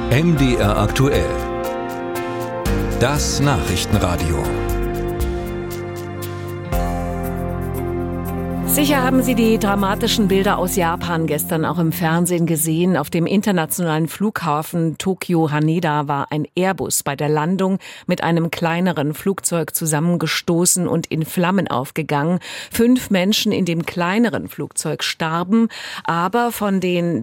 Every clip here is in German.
MDR aktuell. Das Nachrichtenradio. Sicher haben Sie die dramatischen Bilder aus Japan gestern auch im Fernsehen gesehen. Auf dem internationalen Flughafen Tokio Haneda war ein Airbus bei der Landung mit einem kleineren Flugzeug zusammengestoßen und in Flammen aufgegangen. 5 Menschen in dem kleineren Flugzeug starben, aber von den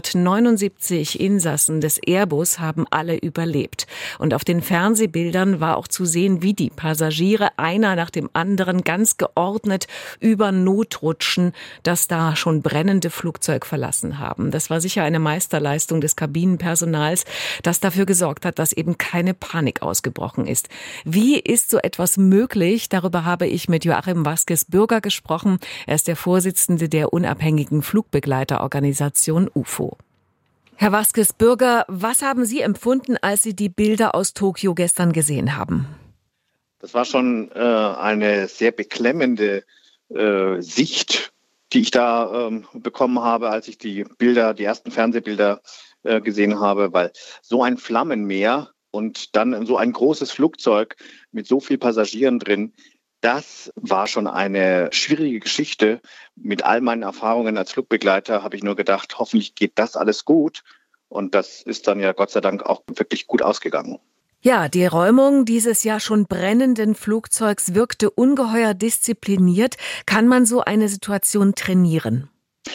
379 Insassen des Airbus haben alle überlebt. Und auf den Fernsehbildern war auch zu sehen, wie die Passagiere einer nach dem anderen ganz geordnet über Notrutschen das da schon brennende Flugzeug verlassen haben. Das war sicher eine Meisterleistung des Kabinenpersonals, das dafür gesorgt hat, dass eben keine Panik ausgebrochen ist. Wie ist so etwas möglich? Darüber habe ich mit Joachim Vázquez-Bürger gesprochen. Er ist der Vorsitzende der unabhängigen Flugbegleiterorganisation UFO. Herr Vázquez-Bürger, was haben Sie empfunden, als Sie die Bilder aus Tokio gestern gesehen haben? Das war schon eine sehr beklemmende Sicht, die ich da bekommen habe, als ich die ersten Fernsehbilder gesehen habe, weil so ein Flammenmeer und dann so ein großes Flugzeug mit so vielen Passagieren drin, das war schon eine schwierige Geschichte. Mit all meinen Erfahrungen als Flugbegleiter habe ich nur gedacht, hoffentlich geht das alles gut. Und das ist dann ja Gott sei Dank auch wirklich gut ausgegangen. Ja, die Räumung dieses ja schon brennenden Flugzeugs wirkte ungeheuer diszipliniert. Kann man so eine Situation trainieren?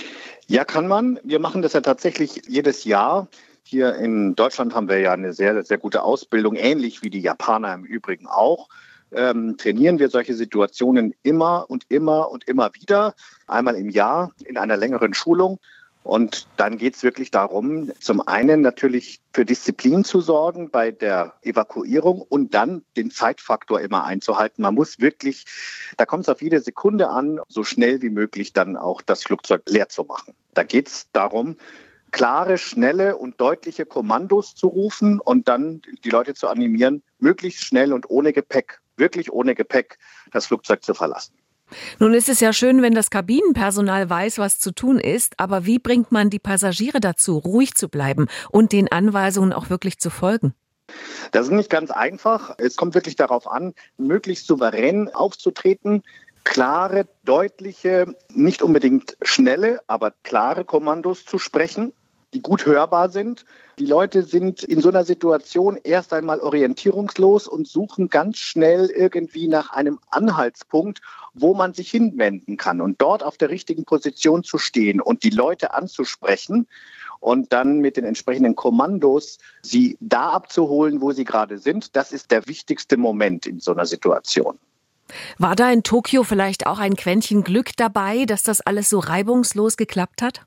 Ja, kann man. Wir machen das ja tatsächlich jedes Jahr. Hier in Deutschland haben wir ja eine sehr, sehr gute Ausbildung, ähnlich wie die Japaner im Übrigen auch. Trainieren wir solche Situationen immer und immer und immer wieder, einmal im Jahr in einer längeren Schulung. Und dann geht es wirklich darum, zum einen natürlich für Disziplin zu sorgen bei der Evakuierung und dann den Zeitfaktor immer einzuhalten. Man muss wirklich, da kommt es auf jede Sekunde an, so schnell wie möglich dann auch das Flugzeug leer zu machen. Da geht es darum, klare, schnelle und deutliche Kommandos zu rufen und dann die Leute zu animieren, möglichst schnell und ohne Gepäck, wirklich ohne Gepäck, das Flugzeug zu verlassen. Nun ist es ja schön, wenn das Kabinenpersonal weiß, was zu tun ist, aber wie bringt man die Passagiere dazu, ruhig zu bleiben und den Anweisungen auch wirklich zu folgen? Das ist nicht ganz einfach. Es kommt wirklich darauf an, möglichst souverän aufzutreten, klare, deutliche, nicht unbedingt schnelle, aber klare Kommandos zu sprechen, die gut hörbar sind. Die Leute sind in so einer Situation erst einmal orientierungslos und suchen ganz schnell irgendwie nach einem Anhaltspunkt, wo man sich hinwenden kann und dort auf der richtigen Position zu stehen und die Leute anzusprechen und dann mit den entsprechenden Kommandos sie da abzuholen, wo sie gerade sind. Das ist der wichtigste Moment in so einer Situation. War da in Tokio vielleicht auch ein Quäntchen Glück dabei, dass das alles so reibungslos geklappt hat?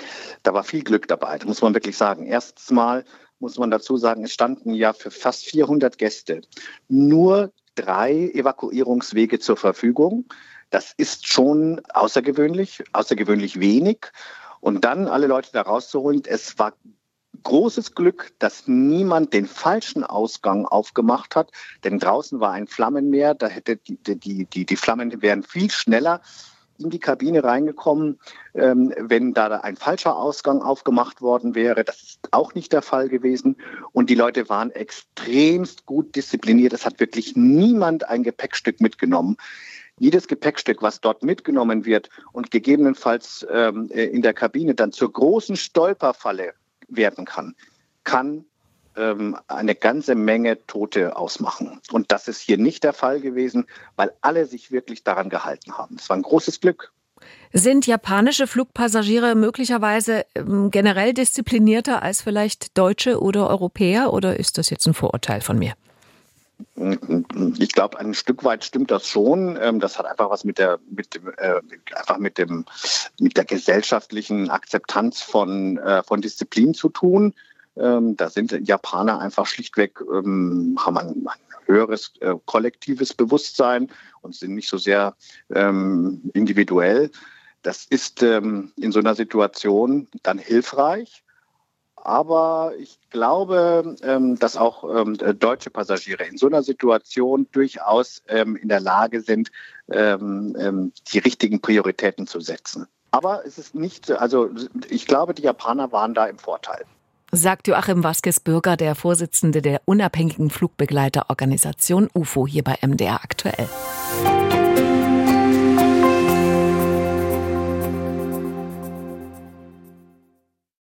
Da war viel Glück dabei, das muss man wirklich sagen. Erstens mal muss man dazu sagen, es standen ja für fast 400 Gäste nur 3 Evakuierungswege zur Verfügung. Das ist schon außergewöhnlich wenig. Und dann alle Leute da rauszuholen, es war großes Glück, dass niemand den falschen Ausgang aufgemacht hat, denn draußen war ein Flammenmeer, da hätte die Flammen wären viel schneller in die Kabine reingekommen, wenn da ein falscher Ausgang aufgemacht worden wäre. Das ist auch nicht der Fall gewesen. Und die Leute waren extremst gut diszipliniert. Es hat wirklich niemand ein Gepäckstück mitgenommen. Jedes Gepäckstück, was dort mitgenommen wird und gegebenenfalls in der Kabine dann zur großen Stolperfalle werden kann eine ganze Menge Tote ausmachen. Und das ist hier nicht der Fall gewesen, weil alle sich wirklich daran gehalten haben. Das war ein großes Glück. Sind japanische Flugpassagiere möglicherweise generell disziplinierter als vielleicht Deutsche oder Europäer? Oder ist das jetzt ein Vorurteil von mir? Ich glaube, ein Stück weit stimmt das schon. Das hat einfach was mit der gesellschaftlichen Akzeptanz von Disziplin zu tun. Da sind Japaner einfach schlichtweg, haben ein höheres kollektives Bewusstsein und sind nicht so sehr individuell. Das ist in so einer Situation dann hilfreich. Aber ich glaube, dass auch deutsche Passagiere in so einer Situation durchaus in der Lage sind, die richtigen Prioritäten zu setzen. Aber es ist nicht, also ich glaube, die Japaner waren da im Vorteil. sagt Joachim Vasquez-Bürger, der Vorsitzende der unabhängigen Flugbegleiterorganisation UFO, hier bei MDR aktuell.